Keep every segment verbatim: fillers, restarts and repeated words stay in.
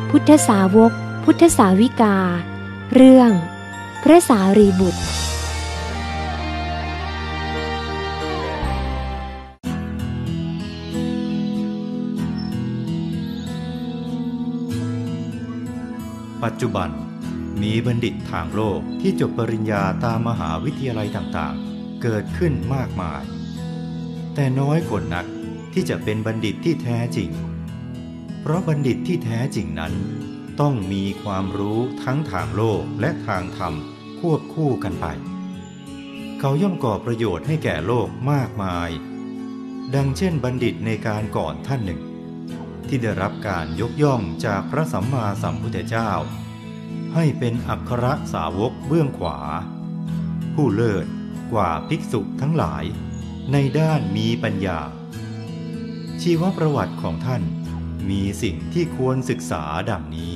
พุทธสาวกพุทธสาวิกาเรื่องพระสารีบุตรปัจจุบันมีบัณฑิตทางโลกที่จบปริญญาตามมหาวิทยาลัยต่างๆเกิดขึ้นมากมายแต่น้อยคนนักที่จะเป็นบัณฑิตที่แท้จริงเพราะบัณฑิตที่แท้จริงนั้นต้องมีความรู้ทั้งทางโลกและทางธรรมควบคู่กันไปเขาย่อมก่อประโยชน์ให้แก่โลกมากมายดังเช่นบัณฑิตในการก่อนท่านหนึ่งที่ได้รับการยกย่องจากพระสัมมาสัมพุทธเจ้าให้เป็นอัครสาวกเบื้องขวาผู้เลิศกว่าภิกษุทั้งหลายในด้านมีปัญญาชีวประวัติของท่านมีสิ่งที่ควรศึกษาดังนี้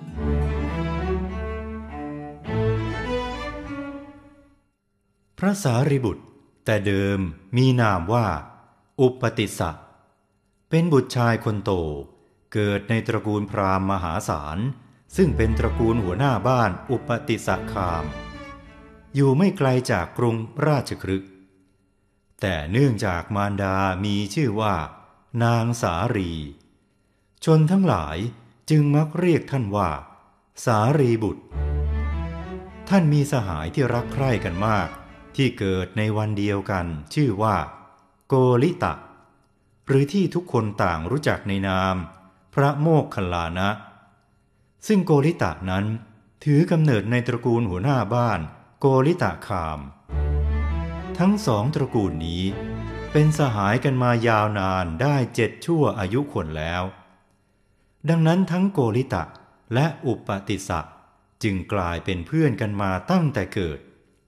พระสารีบุตรแต่เดิมมีนามว่าอุปติสสะเป็นบุตรชายคนโตเกิดในตระกูลพราหมณ์มหาศาลซึ่งเป็นตระกูลหัวหน้าบ้านอุปติสสคามอยู่ไม่ไกลจากกรุงราชคฤห์แต่เนื่องจากมารดามีชื่อว่านางสารีชนทั้งหลายจึงมักเรียกท่านว่าสารีบุตรท่านมีสหายที่รักใคร่กันมากที่เกิดในวันเดียวกันชื่อว่าโกริตะหรือที่ทุกคนต่างรู้จักในนามพระโมคคัลลานะซึ่งโกริตะนั้นถือกำเนิดในตระกูลหัวหน้าบ้านโกริตะคามทั้งสองตระกูลนี้เป็นสหายกันมายาวนานได้เจ็ดชั่วอายุคนแล้วดังนั้นทั้งโกริตะและอุปติสสะจึงกลายเป็นเพื่อนกันมาตั้งแต่เกิด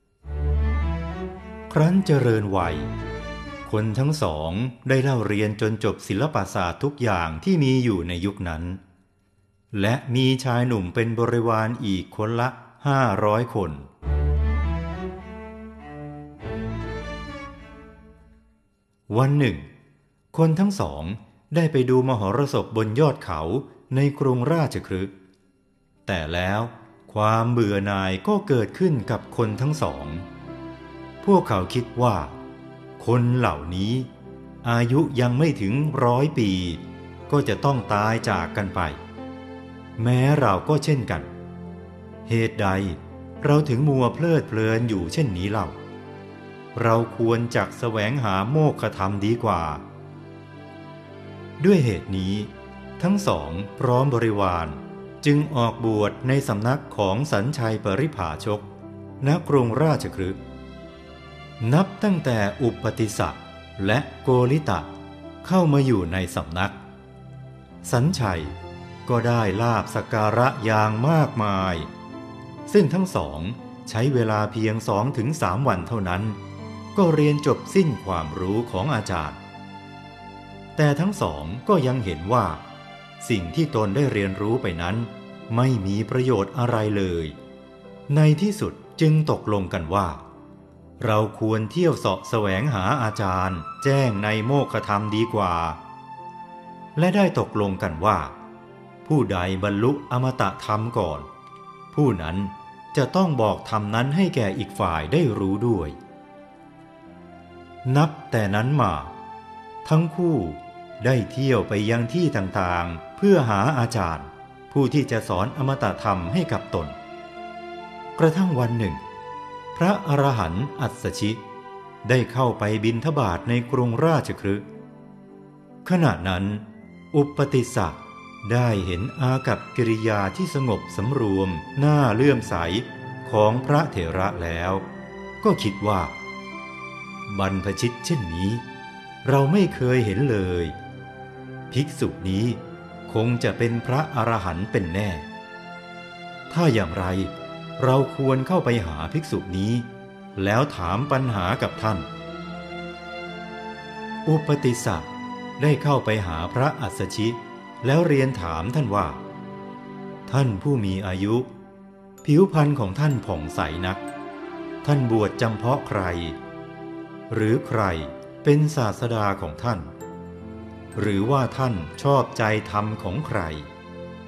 ครั้นเจริญวัยคนทั้งสองได้เล่าเรียนจนจบศิลปศาสตร์ทุกอย่างที่มีอยู่ในยุคนั้นและมีชายหนุ่มเป็นบริวารอีกคนละห้าร้อยคนวันหนึ่งคนทั้งสองได้ไปดูมหรสพบนยอดเขาในกรุงราชคฤห์แต่แล้วความเบื่อหน่ายก็เกิดขึ้นกับคนทั้งสองพวกเขาคิดว่าคนเหล่านี้อายุยังไม่ถึงร้อยปีก็จะต้องตายจากกันไปแม้เราก็เช่นกันเหตุใดเราถึงมัวเพลิดเพลินอยู่เช่นนี้เล่าเราควรจักแสวงหาโมฆะธรรมดีกว่าด้วยเหตุนี้ทั้งสองพร้อมบริวารจึงออกบวชในสำนักของสัญชัยปริภาชกณกรุงราชคฤห์นับตั้งแต่อุปติสสะและโกริตะเข้ามาอยู่ในสำนักสัญชัยก็ได้ลาภสักการะอย่างมากมายซึ่งทั้งสองใช้เวลาเพียง สองถึงสาม วันเท่านั้นก็เรียนจบสิ้นความรู้ของอาจารย์แต่ทั้งสองก็ยังเห็นว่าสิ่งที่ตนได้เรียนรู้ไปนั้นไม่มีประโยชน์อะไรเลยในที่สุดจึงตกลงกันว่าเราควรเที่ยวเสาะแสวงหาอาจารย์แจ้งในโมฆะธรรมดีกว่าและได้ตกลงกันว่าผู้ใดบรรลุอมตะธรรมก่อนผู้นั้นจะต้องบอกธรรมนั้นให้แก่อีกฝ่ายได้รู้ด้วยนับแต่นั้นมาทั้งคู่ได้เที่ยวไปยังที่ต่างๆเพื่อหาอาจารย์ผู้ที่จะสอนอมตะธรรมให้กับตนกระทั่งวันหนึ่งพระอรหันต์อัสสชิได้เข้าไปบิณฑบาตในกรุงราชคฤห์ขณะนั้นอุปติสสะได้เห็นอากัปกิริยาที่สงบสำรวมน่าเลื่อมใสของพระเถระแล้วก็คิดว่าบรรพชิตเช่นนี้เราไม่เคยเห็นเลยภิกษุนี้คงจะเป็นพระอรหันต์เป็นแน่ถ้าอย่างไรเราควรเข้าไปหาภิกษุนี้แล้วถามปัญหากับท่านอุปติสสะได้เข้าไปหาพระอัสสชิแล้วเรียนถามท่านว่าท่านผู้มีอายุผิวพรรณของท่านผ่องใสนักท่านบวชจำเพาะใครหรือใครเป็นศาสดาของท่านหรือว่าท่านชอบใจธรรมของใคร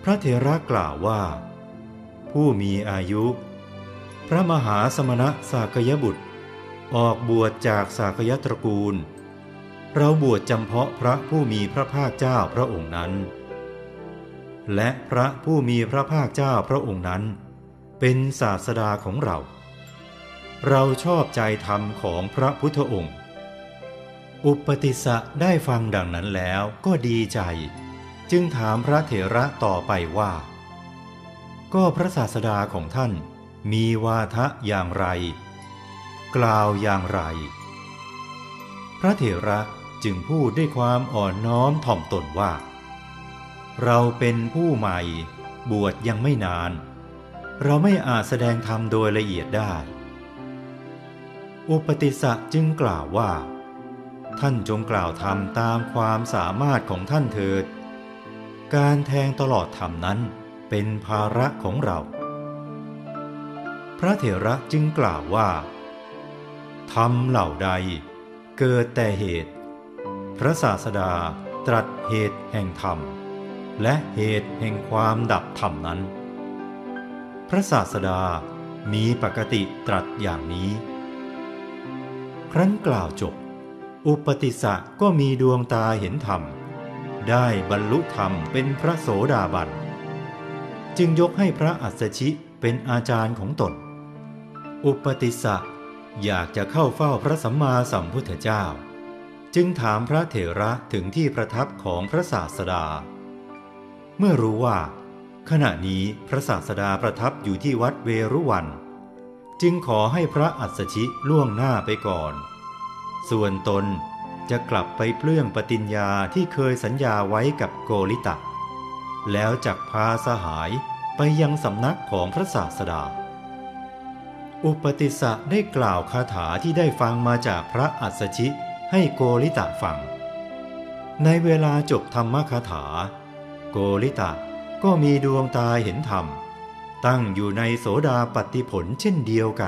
พระเถระกล่าวว่าผู้มีอายุพระมหาสมณะสากยบุตรออกบวชจากสากยตระกูลเราบวชจำเพาะพระผู้มีพระภาคเจ้าพระองค์นั้นและพระผู้มีพระภาคเจ้าพระองค์นั้นเป็นศาสดาของเราเราชอบใจธรรมของพระพุทธองค์อุปติสสะได้ฟังดังนั้นแล้วก็ดีใจจึงถามพระเถระต่อไปว่าก็พระศาสดาของท่านมีวาทะอย่างไรกล่าวอย่างไรพระเถระจึงพูดด้วยความอ่อนน้อมถ่อมตนว่าเราเป็นผู้ใหม่บวชยังไม่นานเราไม่อาจแสดงธรรมโดยละเอียดได้อุปติสสะจึงกล่าวว่าท่านจงกล่าวธรรมตามความสามารถของท่านเถิดการแทงตลอดธรรมนั้นเป็นภาระของเราพระเถระจึงกล่าวว่าธรรมเหล่าใดเกิดแต่เหตุพระศาสดาตรัสเหตุแห่งธรรมและเหตุแห่งความดับธรรมนั้นพระศาสดามีปกติตรัสอย่างนี้ครั้นกล่าวจบอุปติสสะก็มีดวงตาเห็นธรรมได้บรรลุธรรมเป็นพระโสดาบันจึงยกให้พระอัสสชิเป็นอาจารย์ของตนอุปติสสะอยากจะเข้าเฝ้าพระสัมมาสัมพุทธเจ้าจึงถามพระเถระถึงที่ประทับของพระศาสดาเมื่อรู้ว่าขณะนี้พระศาสดาประทับอยู่ที่วัดเวรุวันจึงขอให้พระอัสสชิล่วงหน้าไปก่อนส่วนตนจะกลับไปเปลื้องปฏิญญาที่เคยสัญญาไว้กับโกริตะแล้วจักพาสหายไปยังสำนักของพระศาสดาอุปติสสะได้กล่าวคาถาที่ได้ฟังมาจากพระอัสสชิให้โกริตะฟังในเวลาจบธรรมคาถาโกริตะก็มีดวงตาเห็นธรรมตั้งอยู่ในโสดาปัตติผลเช่นเดียวกัน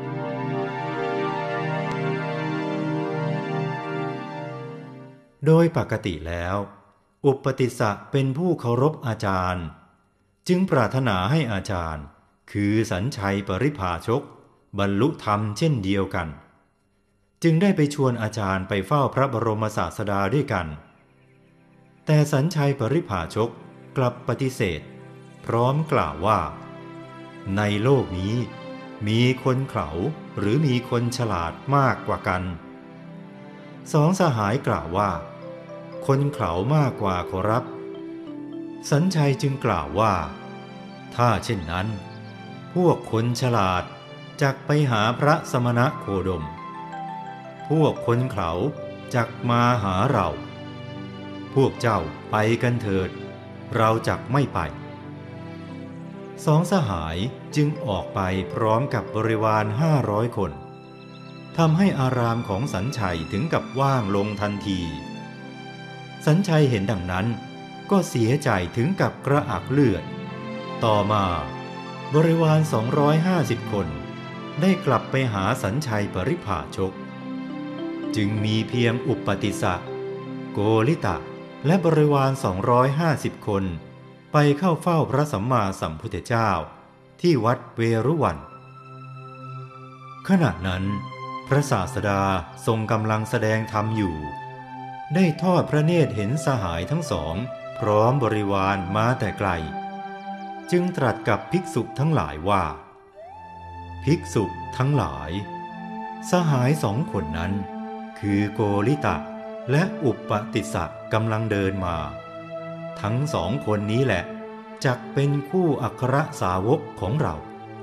โดยปกติแล้วอุปติสสะเป็นผู้เคารพอาจารย์จึงปรารถนาให้อาจารย์คือสัญชัยปริภาชกบรรลุธรรมเช่นเดียวกันจึงได้ไปชวนอาจารย์ไปเฝ้าพระบรมศาสดาด้วยกันแต่สัญชัยปริภาชกกลับปฏิเสธพร้อมกล่าวว่าในโลกนี้มีคนเขลาหรือมีคนฉลาดมากกว่ากันสองสหายกล่าวว่าคนเขลามากกว่าขอรับสัญชัยจึงกล่าวว่าถ้าเช่นนั้นพวกคนฉลาดจักไปหาพระสมณะโคดมพวกคนเขลาจักมาหาเราพวกเจ้าไปกันเถิดเราจักไม่ไปสองสหายจึงออกไปพร้อมกับบริวารห้าร้อยคนทำให้อารามของสัญชัยถึงกับว่างลงทันทีสัญชัยเห็นดังนั้นก็เสียใจถึงกับกระอักเลือดต่อมาบริวารสองร้อยห้าสิบคนได้กลับไปหาสัญชัยปริภาชกจึงมีเพียงอุปติสสะโกริตะและบริวารสองร้อยห้าสิบคนไปเข้าเฝ้าพระสัมมาสัมพุทธเจ้าที่วัดเวรุวันขณะนั้นพระศาสดาทรงกำลังแสดงธรรมอยู่ได้ทอดพระเนตรเห็นสหายทั้งสองพร้อมบริวารมาแต่ไกลจึงตรัสกับภิกษุทั้งหลายว่าภิกษุทั้งหลายสหายสองคนนั้นคือโกริตะและอุปติสสะกำลังเดินมาทั้งสองคนนี้แหละจักเป็นคู่อัครสาวกของเรา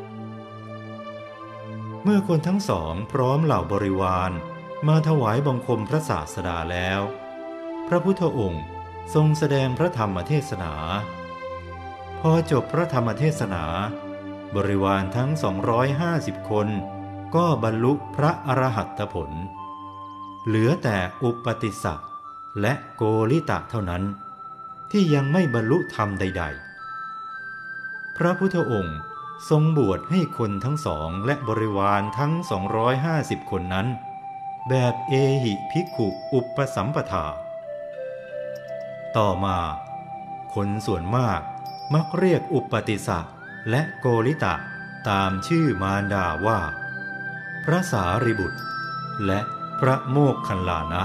เมื่อคนทั้งสองพร้อมเหล่าบริวารมาถวายบังคมพระศาสดาแล้วพระพุทธองค์ทรงแสดงพระธรรมเทศนาพอจบพระธรรมเทศนาบริวารทั้งสองร้อยห้าสิบคนก็บรรลุพระอรหัตผลเหลือแต่อุปติสสะและโกริตะเท่านั้นที่ยังไม่บรรลุธรรมใดๆพระพุทธองค์ทรงบวชให้คนทั้งสองและบริวารทั้งสองร้อยห้าสิบคนนั้นแบบเอหิภิกขุอุปสัมปทาต่อมาคนส่วนมากมักเรียกอุปติสสะและโกริตะตามชื่อมารดาว่าพระสารีบุตรและพระโมคคัลลานะ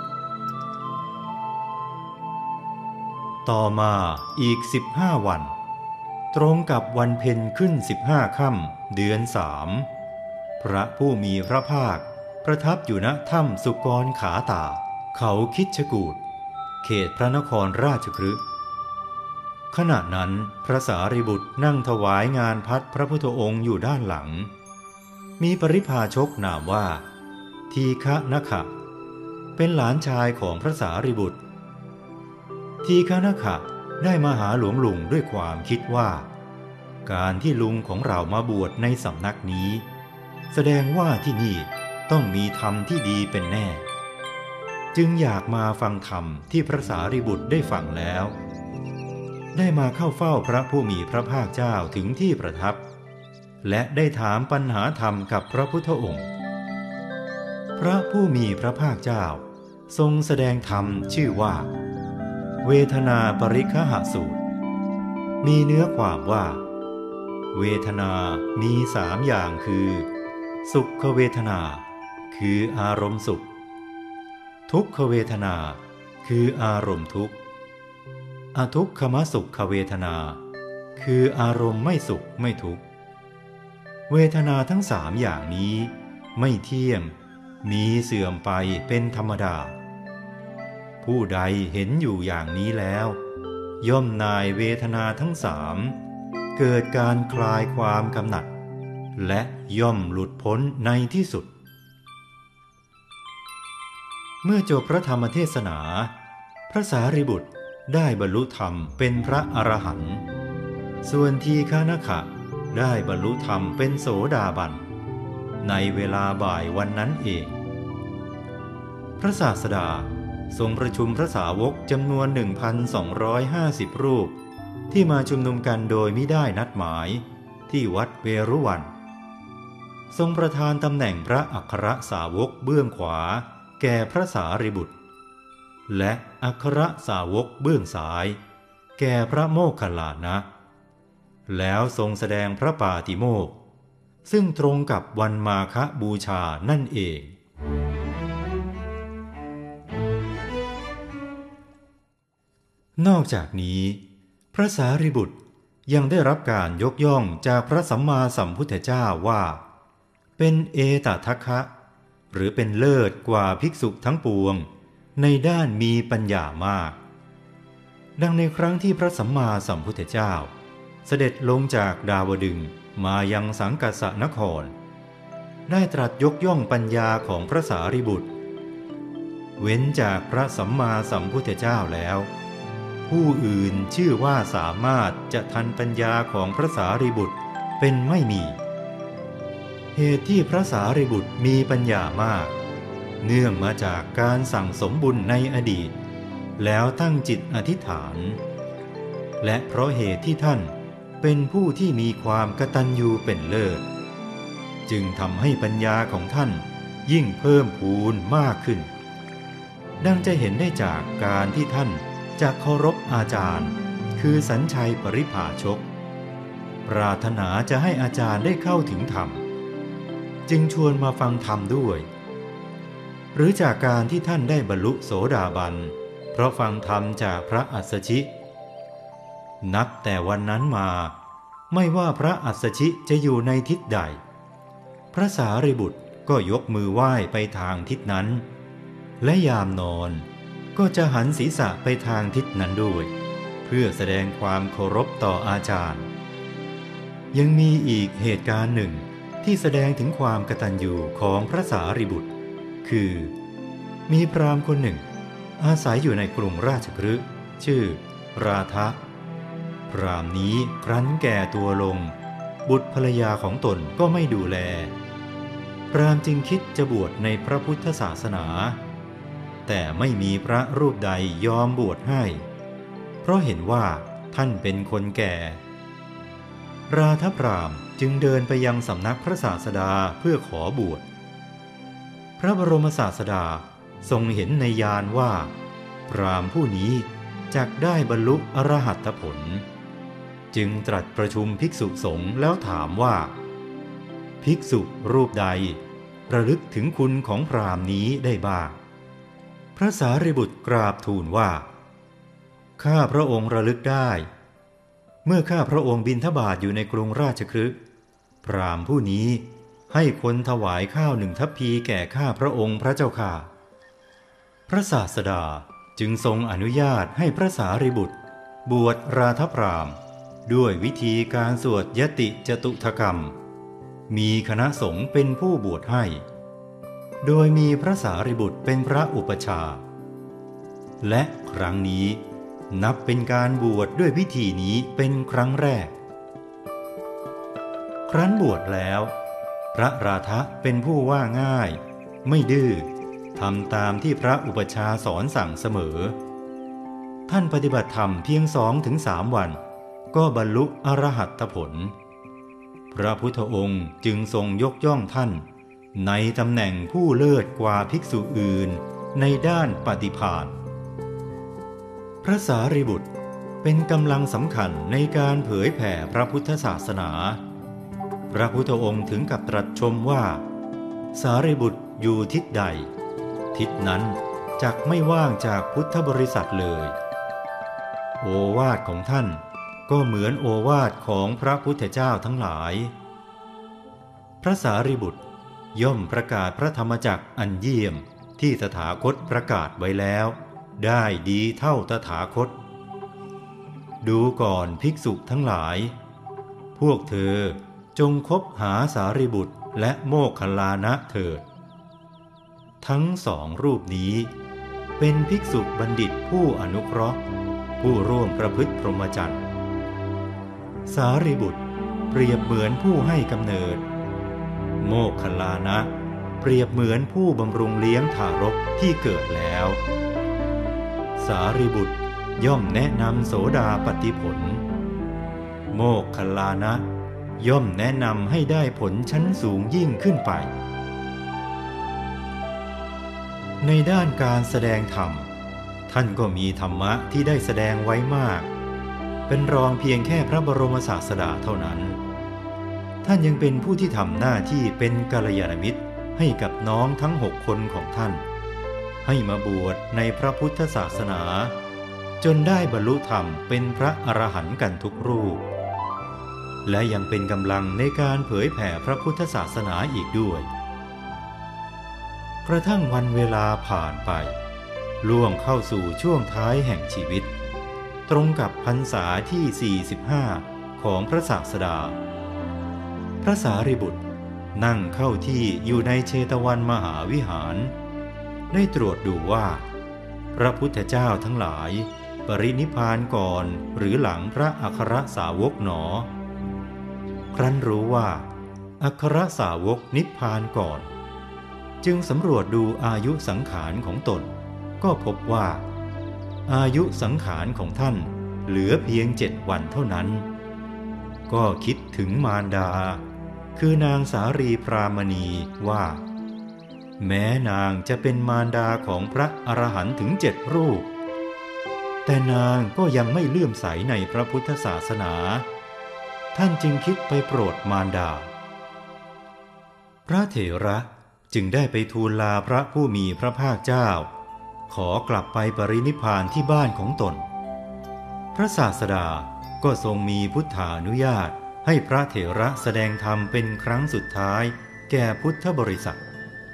ต่อมาอีกสิบห้าวันตรงกับวันเพ็ญขึ้นสิบห้าค่ำเดือนสามพระผู้มีพระภาคประทับอยู่ณถ้ำสุกรขาตาเขาคิชกูฏเขตพระนครราชคฤห์ขณะนั้นพระสารีบุตรนั่งถวายงานพัดพระพุทธองค์อยู่ด้านหลังมีปริพาชกนามว่าทีฆนขะเป็นหลานชายของพระสารีบุตรทีฆนขะได้มาหาหลวงลุงด้วยความคิดว่าการที่ลุงของเรามาบวชในสำนักนี้แสดงว่าที่นี่ต้องมีธรรมที่ดีเป็นแน่จึงอยากมาฟังธรรมที่พระสารีบุตรได้ฟังแล้วได้มาเข้าเฝ้าพระผู้มีพระภาคเจ้าถึงที่ประทับและได้ถามปัญหาธรรมกับพระพุทธองค์พระผู้มีพระภาคเจ้าทรงแสดงธรรมชื่อว่าเวทนาปริฆหสูตรมีเนื้อความว่าเวทนามีสามอย่างคือสุขเวทนาคืออารมณ์สุขทุกขเวทนาคืออารมณ์ทุกข์อทุกขมสุขเวทนาคืออารมณ์ไม่สุขไม่ทุกข์เวทนาทั้งสามอย่างนี้ไม่เที่ยงมีเสื่อมไปเป็นธรรมดาผู้ใดเห็นอยู่อย่างนี้แล้วย่อมนายเวทนาทั้งสามเกิดการคลายความกำหนัดและย่อมหลุดพ้นในที่สุดเมื่อจบพระธรรมเทศนาพระสารีบุตรได้บรรลุธรรมเป็นพระอรหันต์ส่วนทีฆนขะได้บรรลุธรรมเป็นโสดาบันในเวลาบ่ายวันนั้นเองพระศาสดาทรงประชุมพระสาวกจำนวน หนึ่งพันสองร้อยห้าสิบ รูปที่มาชุมนุมกันโดยมิได้นัดหมายที่วัดเวรุวันทรงประทานตำแหน่งพระอัครสาวกเบื้องขวาแก่พระสารีบุตรและอัครสาวกเบื้องซ้ายแก่พระโมคคัลลานะแล้วทรงแสดงพระปาติโมกข์ซึ่งตรงกับวันมาฆบูชานั่นเองนอกจากนี้พระสารีบุตรยังได้รับการยกย่องจากพระสัมมาสัมพุทธเจ้าว่าเป็นเอตทัคคะหรือเป็นเลิศกว่าภิกษุทั้งปวงในด้านมีปัญญามากดังในครั้งที่พระสัมมาสัมพุทธเจ้าเสด็จลงจากดาวดึงส์มายังสังกัสสนครได้ตรัสยกย่องปัญญาของพระสารีบุตรเว้นจากพระสัมมาสัมพุทธเจ้าแล้วผู้อื่นชื่อว่าสามารถจะทันปัญญาของพระสารีบุตรเป็นไม่มีเหตุที่พระสารีบุตรมีปัญญามากเนื่องมาจากการสั่งสมบุญในอดีตแล้วตั้งจิตอธิษฐานและเพราะเหตุที่ท่านเป็นผู้ที่มีความกตัญญูเป็นเลิศจึงทำให้ปัญญาของท่านยิ่งเพิ่มพูนมากขึ้นดังจะเห็นได้จากการที่ท่านจะเคารพอาจารย์คือสัญชัยปริภาชกปรารถนาจะให้อาจารย์ได้เข้าถึงธรรมจึงชวนมาฟังธรรมด้วยหรือจากการที่ท่านได้บรรลุโสดาบันเพราะฟังธรรมจากพระอัสสชินับแต่วันนั้นมาไม่ว่าพระอัสสชิจะอยู่ในทิศใดพระสารีบุตรก็ยกมือไหว้ไปทางทิศนั้นและยามนอนก็จะหันศีรษะไปทางทิศนั้นด้วยเพื่อแสดงความเคารพต่ออาจารย์ยังมีอีกเหตุการณ์หนึ่งที่แสดงถึงความกตัญญูของพระสารีบุตรคือมีพราหมณ์คนหนึ่งอาศัยอยู่ในกรุงราชคฤห์ชื่อราทะพราหมณ์นี้ครั้นแก่ตัวลงบุตรภรรยาของตนก็ไม่ดูแลพราหมณ์จึงคิดจะบวชในพระพุทธศาสนาแต่ไม่มีพระรูปใดยอมบวชให้เพราะเห็นว่าท่านเป็นคนแก่ราทพราหมณ์จึงเดินไปยังสำนักพระศาสดาเพื่อขอบวชพระบรมศาสดาทรงเห็นในญาณว่าพราหมณ์ผู้นี้จักได้บรรลุอรหัตผลจึงตรัสประชุมภิกษุสงฆ์แล้วถามว่าภิกษุรูปใดระลึกถึงคุณของพราหมณ์นี้ได้บ้างพระสารีบุตรกราบทูลว่าข้าพระองค์ระลึกได้เมื่อข้าพระองค์บิณฑบาตอยู่ในกรุงราชคฤห์พราหมณ์ผู้นี้ให้คนถวายข้าวหนึ่งทัพพีแก่ข้าพระองค์พระเจ้าค่ะพระศาสดาจึงทรงอนุญาตให้พระสารีบุตรบวชราธพราหมณ์ด้วยวิธีการสวดยติจตุถกรรมมีคณะสงฆ์เป็นผู้บวชให้โดยมีพระสารีบุตรเป็นพระอุปชฌาย์และครั้งนี้นับเป็นการบวชด้วยวิธีนี้เป็นครั้งแรกครั้นบวชแล้วพระราธะเป็นผู้ว่าง่ายไม่ดื้อทำตามที่พระอุปชฌาย์สอนสั่งเสมอท่านปฏิบัติธรรมเพียงสองถึงสามวันก็บรรลุอรหัตผลพระพุทธองค์จึงทรงยกย่องท่านในตำแหน่งผู้เลิศกว่าภิกษุอื่นในด้านปฏิภาณพระสารีบุตรเป็นกำลังสำคัญในการเผยแผ่พระพุทธศาสนาพระพุทธองค์ถึงกับตรัสชมว่าสารีบุตรอยู่ทิศใดทิศนั้นจักไม่ว่างจากพุทธบริษัทเลยโอวาทของท่านก็เหมือนโอวาทของพระพุทธเจ้าทั้งหลายพระสารีบุตรย่อมประกาศพระธรรมจักรอันเยี่ยมที่ตถาคตประกาศไว้แล้วได้ดีเท่าตถาคตดูก่อนภิกษุทั้งหลายพวกเธอจงคบหาสารีบุตรและโมคคัลลานะเถิดทั้งสองรูปนี้เป็นภิกษุบัณฑิตผู้อนุเคราะห์ผู้ร่วมประพฤติพรหมจรรย์สารีบุตรเปรียบเหมือนผู้ให้กำเนิดโมคคัลลานะเปรียบเหมือนผู้บำรุงเลี้ยงทารกที่เกิดแล้วสารีบุตรย่อมแนะนำโสดาปัตติผลโมคคัลลานะย่อมแนะนำให้ได้ผลชั้นสูงยิ่งขึ้นไปในด้านการแสดงธรรมท่านก็มีธรรมะที่ได้แสดงไว้มากเป็นรองเพียงแค่พระบรมศาสดาเท่านั้นท่านยังเป็นผู้ที่ทำหน้าที่เป็นกัลยาณมิตรให้กับน้องทั้งหกคนของท่านให้มาบวชในพระพุทธศาสนาจนได้บรรลุธรรมเป็นพระอรหันต์กันทุกรูปและยังเป็นกำลังในการเผยแผ่พระพุทธศาสนาอีกด้วยกระทั่งวันเวลาผ่านไปล่วงเข้าสู่ช่วงท้ายแห่งชีวิตตรงกับพรรษาที่สี่สิบห้าของพระศาสดาพระสารีบุตรนั่งเข้าที่อยู่ในเชตวันมหาวิหารได้ตรวจดูว่าพระพุทธเจ้าทั้งหลายปรินิพพานก่อนหรือหลังพระอัครสาวกหนอครั้นรู้ว่าอัครสาวกนิพพานก่อนจึงสำรวจดูอายุสังขารของตนก็พบว่าอายุสังขารของท่านเหลือเพียงเจ็ดวันเท่านั้นก็คิดถึงมารดาคือนางสารีพรามณีว่าแม้นางจะเป็นมารดาของพระอรหันต์ถึงเจ็ดรูปแต่นางก็ยังไม่เลื่อมใสในพระพุทธศาสนาท่านจึงคิดไปโปรดมารดาพระเถระจึงได้ไปทูลลาพระผู้มีพระภาคเจ้าขอกลับไปปรินิพพานที่บ้านของตนพระศาสดาก็ทรงมีพุทธานุญาตให้พระเถระแสดงธรรมเป็นครั้งสุดท้ายแก่พุทธบริษัท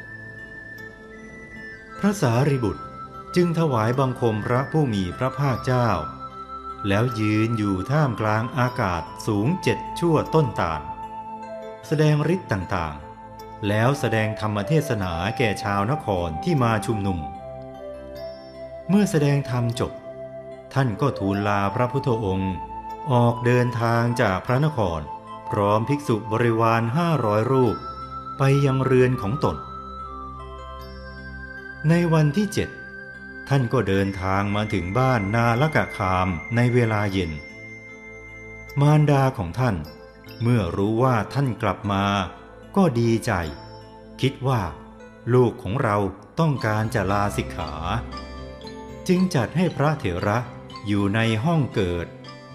พระสารีบุตรจึงถวายบังคมพระผู้มีพระภาคเจ้าแล้วยืนอยู่ท่ามกลางอากาศสูงเจ็ดชั่วต้นตาลแสดงฤทธิ์ต่างๆแล้วแสดงธรรมเทศนาแก่ชาวนครที่มาชุมนุมเมื่อแสดงธรรมจบท่านก็ทูลลาพระพุทธองค์ออกเดินทางจากพระนครพร้อมภิกษุบริวารห้าร้อยรูปไปยังเรือนของตนในวันที่เจ็ดท่านก็เดินทางมาถึงบ้านนาลกคามในเวลาเย็นมารดาของท่านเมื่อรู้ว่าท่านกลับมาก็ดีใจคิดว่าลูกของเราต้องการจะลาสิกขาจึงจัดให้พระเถระอยู่ในห้องเกิด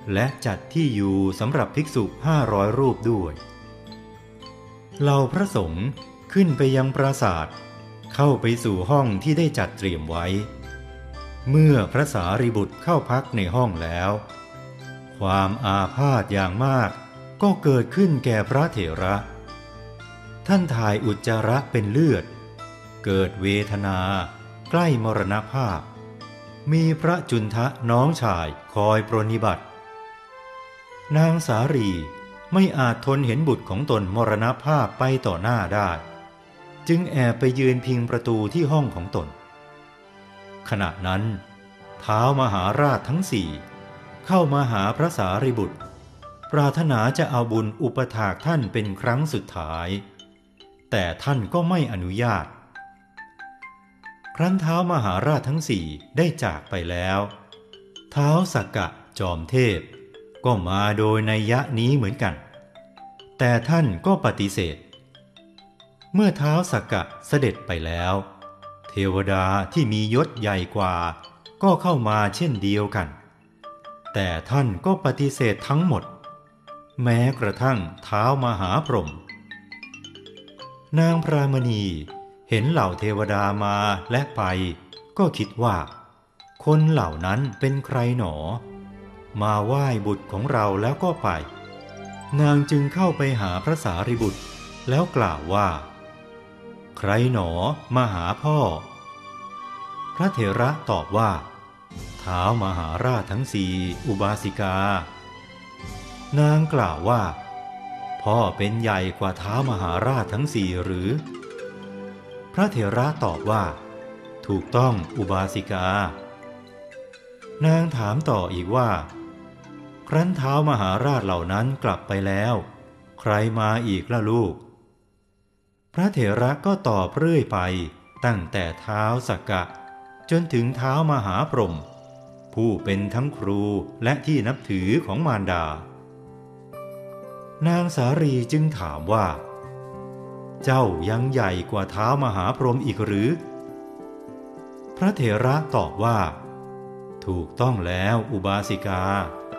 และจัดที่อยู่สำหรับภิกษุห้าร้อยรูปด้วยเหล่าพระสงฆ์ขึ้นไปยังปราสาทเข้าไปสู่ห้องที่ได้จัดเตรียมไว้เมื่อพระสารีบุตรเข้าพักในห้องแล้วความอาพาธอย่างมากก็เกิดขึ้นแก่พระเถระท่านถ่ายอุจจาระเป็นเลือดเกิดเวทนาใกล้มรณภาพมีพระจุนทะน้องชายคอยปรนนิบัตินางสารีไม่อาจทนเห็นบุตรของตนมรณภาพไปต่อหน้าได้จึงแอบไปยืนพิงประตูที่ห้องของตนขณะนั้นท้าวมหาราชทั้งสี่เข้ามาหาพระสารีบุตรปรารถนาจะเอาบุญอุปถากท่านเป็นครั้งสุดท้ายแต่ท่านก็ไม่อนุญาตครั้นท้าวมหาราชทั้งสี่ได้จากไปแล้วท้าวสักกะจอมเทพก็มาโดยนัยยะนี้เหมือนกันแต่ท่านก็ปฏิเสธเมื่อท้าวสักกะเสด็จไปแล้วเทวดาที่มียศใหญ่กว่าก็เข้ามาเช่นเดียวกันแต่ท่านก็ปฏิเสธทั้งหมดแม้กระทั่งท้าวมหาพรหมนางพรามณีเห็นเหล่าเทวดามาและไปก็คิดว่าคนเหล่านั้นเป็นใครหนอมาไหว้บุตรของเราแล้วก็ไปนางจึงเข้าไปหาพระสารีบุตรแล้วกล่าวว่าใครหนอมาหาพ่อพระเถระตอบว่าท้าวมหาราชทั้งสี่อุบาสิกานางกล่าวว่าพ่อเป็นใหญ่กว่าท้าวมหาราชทั้งสี่หรือพระเถระตอบว่าถูกต้องอุบาสิกานางถามต่ออีกว่าครั้นท้าวมหาราชเหล่านั้นกลับไปแล้วใครมาอีกล่ะลูกพระเถระก็ตอบเรื่อยไปตั้งแต่ท้าวสักกะจนถึงท้าวมหาพรหมผู้เป็นทั้งครูและที่นับถือของมารดานางสารีจึงถามว่าเจ้ายังใหญ่กว่าท้าวมหาพรหมอีกหรือพระเถระตอบว่าถูกต้องแล้วอุบาสิกา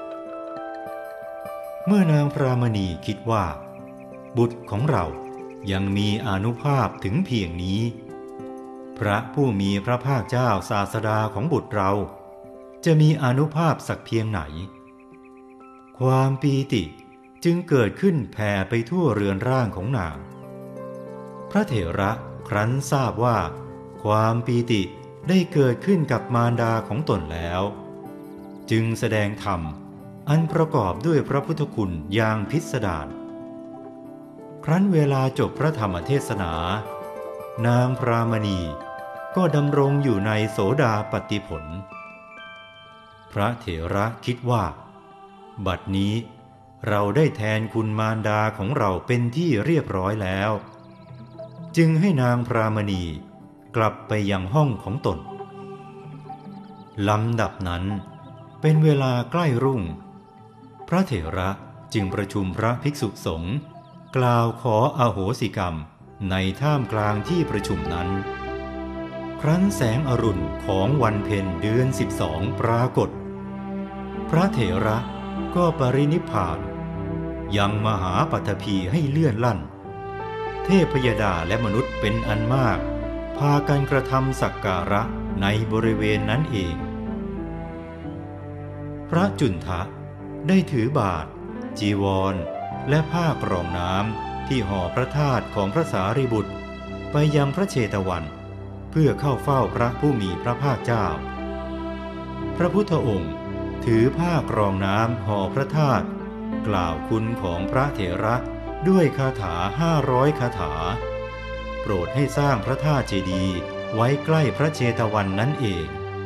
เมื่อนางพรามณีคิดว่าบุตรของเรายังมีอานุภาพถึงเพียงนี้พระผู้มีพระภาคเจ้าศาสดาของบุตรเราจะมีอานุภาพสักเพียงไหนความปีติจึงเกิดขึ้นแผ่ไปทั่วเรือนร่างของนางพระเถระครั้นทราบว่าความปีติได้เกิดขึ้นกับมารดาของตนแล้วจึงแสดงธรรมอันประกอบด้วยพระพุทธคุณอย่างพิสดารครั้นเวลาจบพระธรรมเทศนานางพรามณีก็ดำรงอยู่ในโสดาปัตติผลพระเถระคิดว่าบัดนี้เราได้แทนคุณมารดาของเราเป็นที่เรียบร้อยแล้วจึงให้นางพรามณีกลับไปยังห้องของตนลำดับนั้นเป็นเวลาใกล้รุ่งพระเถระจึงประชุมพระภิกษุสงฆ์กล่าวขออโหสิกรรมในท่ามกลางที่ประชุมนั้นครั้นแสงอรุณของวันเพ็ญเดือนสิบสองปรากฏพระเถระก็ปรินิพพานยังมหาปัทภีให้เลื่อนลั่นเทพยดาและมนุษย์เป็นอันมากพากันกระทำสักการะในบริเวณนั้นเองพระจุนทะได้ถือบาตรจีวรและผ้ากรองน้ำที่ห่อพระธาตุของพระสารีบุตรไปยังพระเชตวันเพื่อเข้าเฝ้าพระผู้มีพระภาคเจ้าพระพุทธองค์ถือผ้ากรองน้ำห่อพระธาตุกล่าวคุณของพระเถระด้วยคาถาห้าร้อยคาถาโปรดให้สร้างพระธาตุเจดีย์ไว้ใกล้พระเชตวันนั่นเอง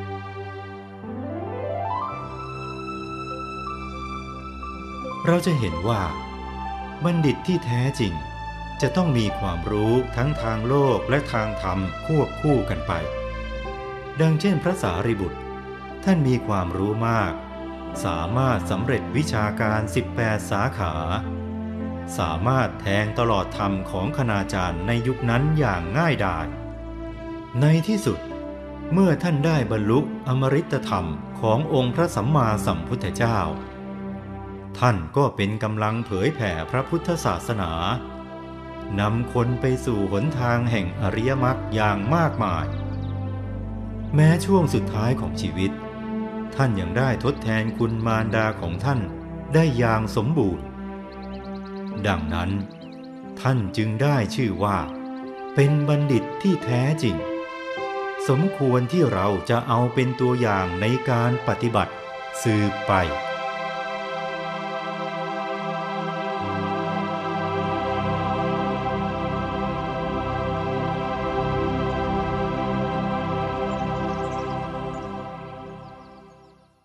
เราจะเห็นว่าบัณฑิตที่แท้จริงจะต้องมีความรู้ทั้งทางโลกและทางธรรมควบคู่กันไปดังเช่นพระสารีบุตรท่านมีความรู้มากสามารถสำเร็จวิชาการสิบแปดสาขาสามารถแทงตลอดธรรมของคณาจารย์ในยุคนั้นอย่างง่ายดายในที่สุดเมื่อท่านได้บรรลุอมฤตธรรมขององค์พระสัมมาสัมพุทธเจ้าท่านก็เป็นกำลังเผยแผ่พระพุทธศาสนานำคนไปสู่หนทางแห่งอริยมรรคอย่างมากมายแม้ช่วงสุดท้ายของชีวิตท่านยังได้ทดแทนคุณมารดาของท่านได้อย่างสมบูรณ์ดังนั้นท่านจึงได้ชื่อว่าเป็นบัณฑิตที่แท้จริงสมควรที่เราจะเอาเป็นตัวอย่างในการปฏิบัติสืบไป